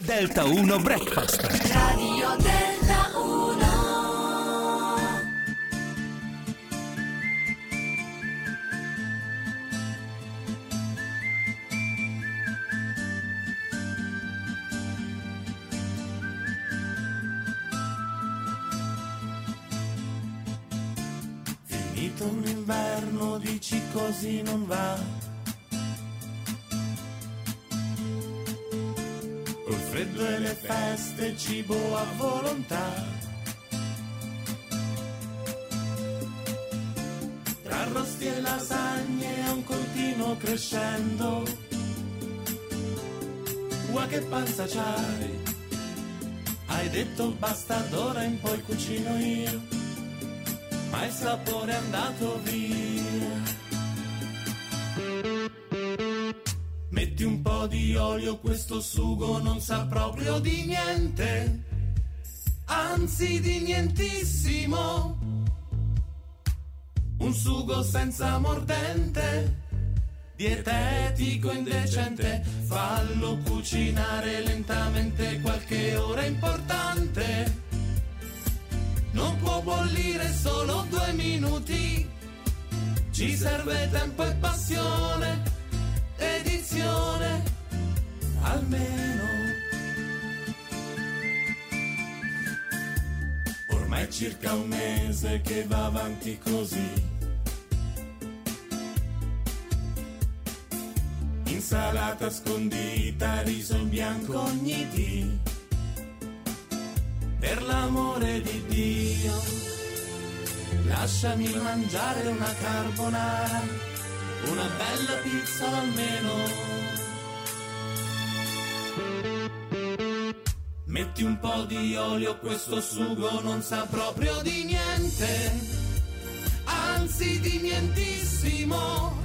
Delta 1 Breakfast. Radio Delta 1. Finito un inverno, dici così non va. Col freddo e le feste, cibo a volontà. Tra arrosti e lasagne è un continuo crescendo. Ua che panza c'hai? Hai detto basta, d'ora in poi cucino io. Ma il sapore è andato via. Metti un po' di olio, questo sugo non sa proprio di niente, anzi di nientissimo. Un sugo senza mordente, dietetico indecente. Fallo cucinare lentamente, qualche ora importante. Non può bollire solo 2 minuti, ci serve tempo e passione. Edizione almeno. Ormai è circa un mese che va avanti così. Insalata scondita, riso bianco ogni dì. Per l'amore di Dio, lasciami mangiare una carbonara, una bella pizza almeno. Metti un po' di olio, questo sugo non sa proprio di niente, anzi di nientissimo.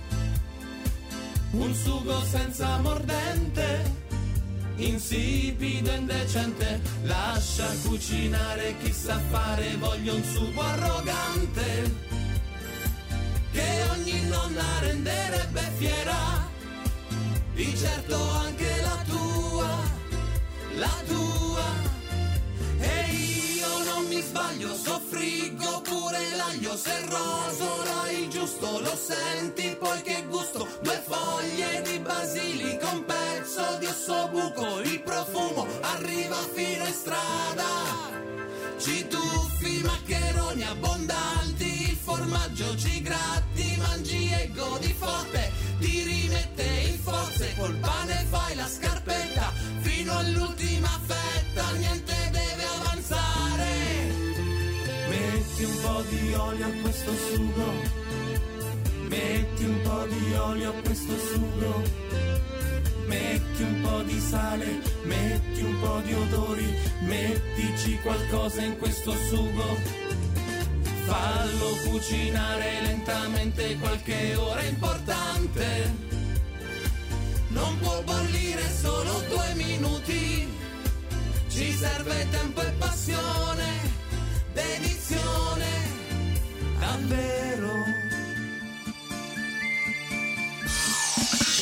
Un sugo senza mordente, insipido e indecente. Lascia cucinare chi sa fare, voglio un sugo arrogante che ogni nonna renderebbe fiera, di certo anche la tua, la tua. E io non mi sbaglio, soffriggo pure l'aglio, se rosola il giusto, lo senti poi che gusto. 2 foglie di basilico, un pezzo di ossobuco, il profumo arriva fino in strada. Ci tuffi maccheroni abbondanti, il formaggio ci gratti, mangi e godi forte, ti rimette in forze, col pane fai la scarpetta, fino all'ultima fetta, niente deve avanzare. Metti un po' di olio a questo sugo, metti un po' di olio a questo sugo. Metti un po' di sale, metti un po' di odori, mettici qualcosa in questo sugo. Fallo cucinare lentamente, qualche ora importante. Non può bollire solo 2 minuti, ci serve tempo e passione, dedizione, davvero.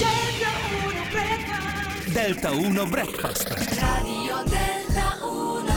Delta 1 Breakfast. Radio Delta 1.